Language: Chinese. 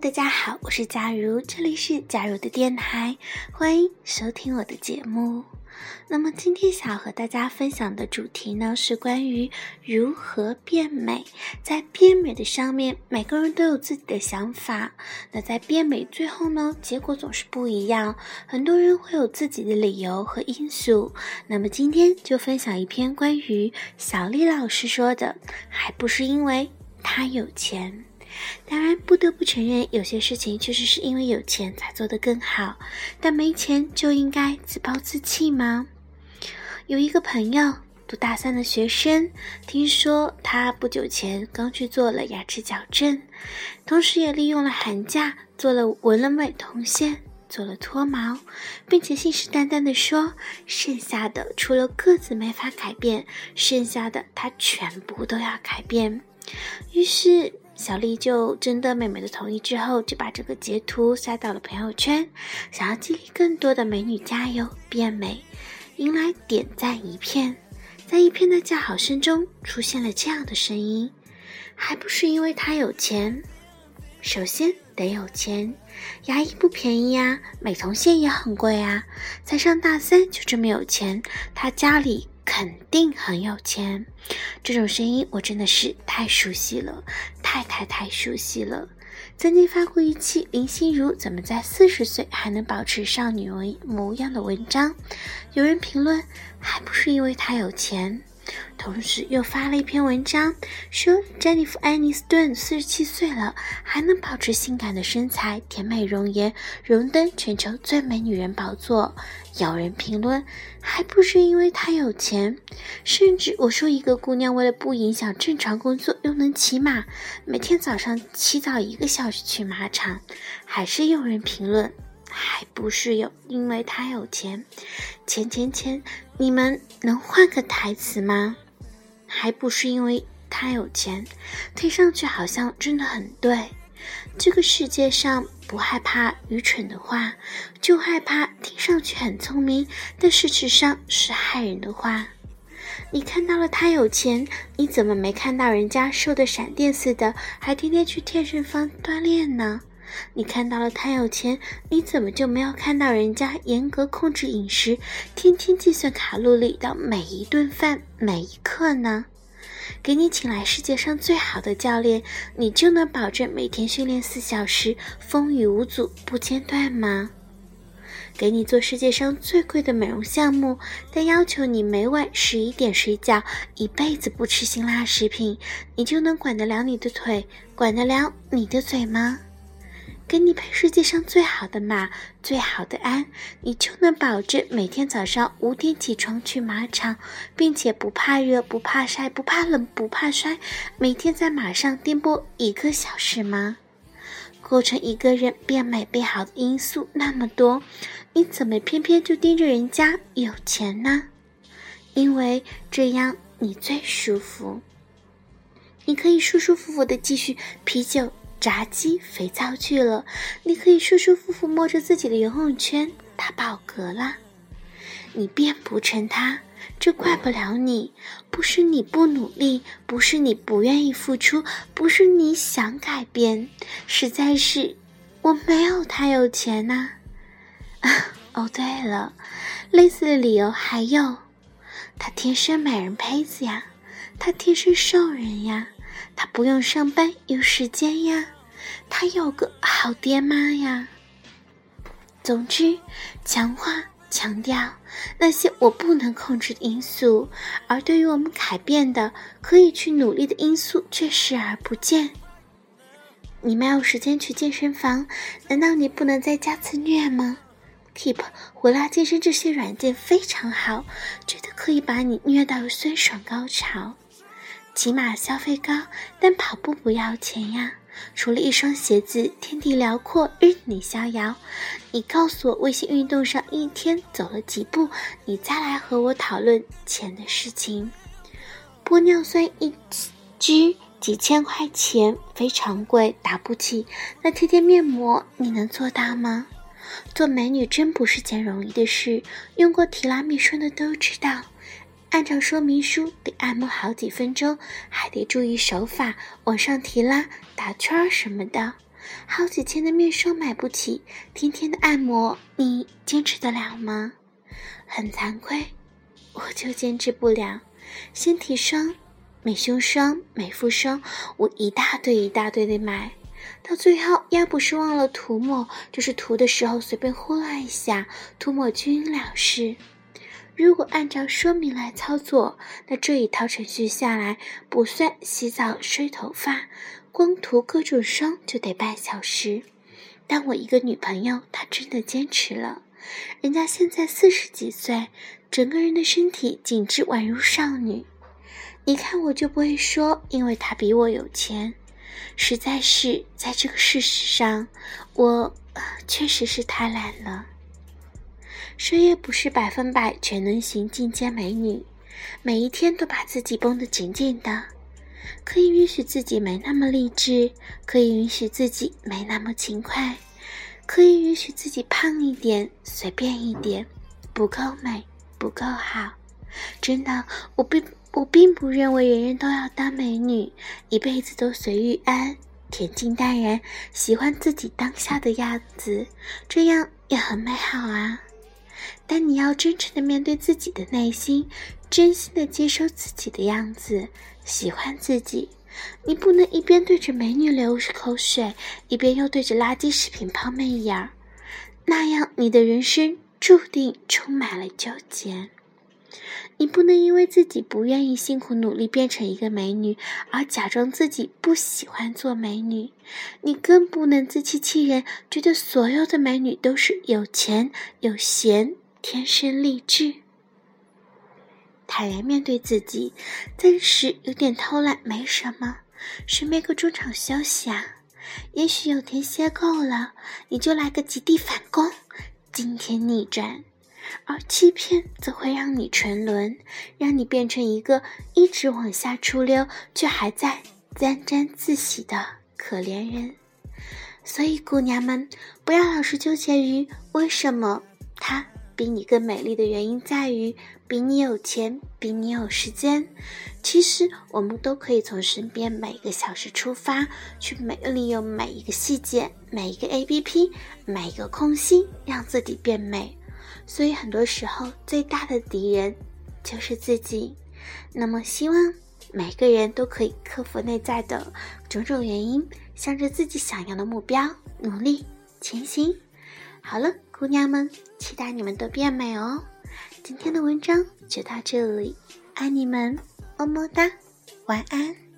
大家好，我是佳如，这里是佳如的电台，欢迎收听我的节目。那么今天想要和大家分享的主题呢，是关于如何变美。在变美的上面，每个人都有自己的想法，那在变美最后呢，结果总是不一样，很多人会有自己的理由和因素。那么今天就分享一篇关于小丽老师说的，还不是因为她有钱。当然不得不承认，有些事情确实是因为有钱才做得更好，但没钱就应该自暴自弃吗？有一个朋友，读大3的学生，听说他不久前刚去做了牙齿矫正，同时也利用了寒假做了纹了美瞳线，做了脱毛，并且信誓旦旦地说，剩下的除了个子没法改变，剩下的他全部都要改变。于是小丽就征得美美的同意之后，就把这个截图晒到了朋友圈，想要激励更多的美女加油变美，迎来点赞一片。在一片的叫好声中，出现了这样的声音，还不是因为她有钱。首先得有钱，牙医不便宜啊，美瞳线也很贵啊，才上大3就这么有钱，她家里肯定很有钱。这种声音我真的是太熟悉了，太熟悉了。曾经发过一期林心如怎么在40岁还能保持少女模样的文章，有人评论还不是因为她有钱。同时又发了一篇文章，说詹妮弗·安妮斯顿47岁了，还能保持性感的身材，甜美容颜，荣登全球最美女人宝座。有人评论还不是因为她有钱。甚至我说一个姑娘为了不影响正常工作又能骑马，每天早上起早1个小时去马场，还是有人评论还不是因为他有钱。钱，你们能换个台词吗？还不是因为他有钱，听上去好像真的很对。这个世界上不害怕愚蠢的话，就害怕听上去很聪明，但事实上是害人的话。你看到了他有钱，你怎么没看到人家瘦得闪电似的，还天天去健身房锻炼呢？你看到了他有钱，你怎么就没有看到人家严格控制饮食，天天计算卡路里到每一顿饭每一刻呢？给你请来世界上最好的教练，你就能保证每天训练4小时，风雨无阻不间断吗？给你做世界上最贵的美容项目，但要求你每晚11点睡觉，一辈子不吃辛辣食品，你就能管得了你的腿，管得了你的嘴吗？给你配世界上最好的马，最好的鞍，你就能保证每天早上5点起床去马场，并且不怕热，不怕晒，不怕冷，不怕摔，每天在马上颠簸1个小时吗？构成一个人变美变好的因素那么多，你怎么偏偏就盯着人家有钱呢？因为这样你最舒服，你可以舒舒服服地继续啤酒炸鸡肥皂去了，你可以舒舒服服摸着自己的游泳圈打饱嗝了。你变不成他，这怪不了你，不是你不努力，不是你不愿意付出，不是你想改变，实在是我没有他有钱啊。哦对了，类似的理由还有，他天生美人胚子呀，他天生瘦人呀，他不用上班有时间呀，他有个好爹妈呀。总之，强调那些我不能控制的因素，而对于我们改变的可以去努力的因素却视而不见。你没有时间去健身房，难道你不能在家自虐吗？ Keep 回来健身这些软件非常好，真的可以把你虐到酸爽高潮。骑马消费高，但跑步不要钱呀，除了一双鞋子，天地辽阔，任你逍遥。你告诉我微信运动上一天走了几步，你再来和我讨论钱的事情。玻尿酸一支几千块钱，非常贵，打不起。那贴贴面膜你能做到吗？做美女真不是件容易的事，用过提拉米舒的都知道，按照说明书得按摩好几分钟，还得注意手法，往上提拉打圈什么的。 好几千的面霜买不起，天天的按摩，你坚持得了吗？很惭愧，我就坚持不了。身体霜、美胸霜、美肤霜，我一大堆一大堆的买，到最后要不是忘了涂抹，就是涂的时候随便呼啦一下，涂抹均了事。如果按照说明来操作，那这一套程序下来，不算洗澡、吹头发，光涂各种霜就得半小时。但我一个女朋友，她真的坚持了。人家现在40几岁，整个人的身体紧致宛如少女。你看我就不会说，因为她比我有钱。实在是在这个事实上，我确实是太懒了。谁也不是100%全能型进阶美女，每一天都把自己绷得紧紧的。可以允许自己没那么励志，可以允许自己没那么勤快，可以允许自己胖一点，随便一点，不够美，不够好。真的，我并不认为人人都要当美女，一辈子都随遇安，恬静淡然，喜欢自己当下的样子，这样也很美好啊。但你要真诚地面对自己的内心，真心地接受自己的样子，喜欢自己。你不能一边对着美女流口水，一边又对着垃圾食品抛媚眼儿，那样你的人生注定充满了纠结。你不能因为自己不愿意辛苦努力变成一个美女，而假装自己不喜欢做美女。你更不能自欺欺人，觉得所有的美女都是有钱有闲，天生丽质。坦然面对自己，暂时有点偷懒没什么，顺便个中场休息啊。也许有天歇够了，你就来个极地反攻，惊天逆转。而欺骗则会让你沉沦，让你变成一个一直往下出溜却还在沾沾自喜的可怜人。所以姑娘们，不要老是纠结于为什么她比你更美丽的原因在于比你有钱，比你有时间。其实我们都可以从身边每个小时出发，去利用每一个细节，每一个 APP， 每一个空隙，让自己变美。所以很多时候最大的敌人就是自己。那么希望每个人都可以克服内在的种种原因，向着自己想要的目标努力前行。好了，姑娘们，期待你们都变美哦。今天的文章就到这里，爱你们，么么哒，晚安。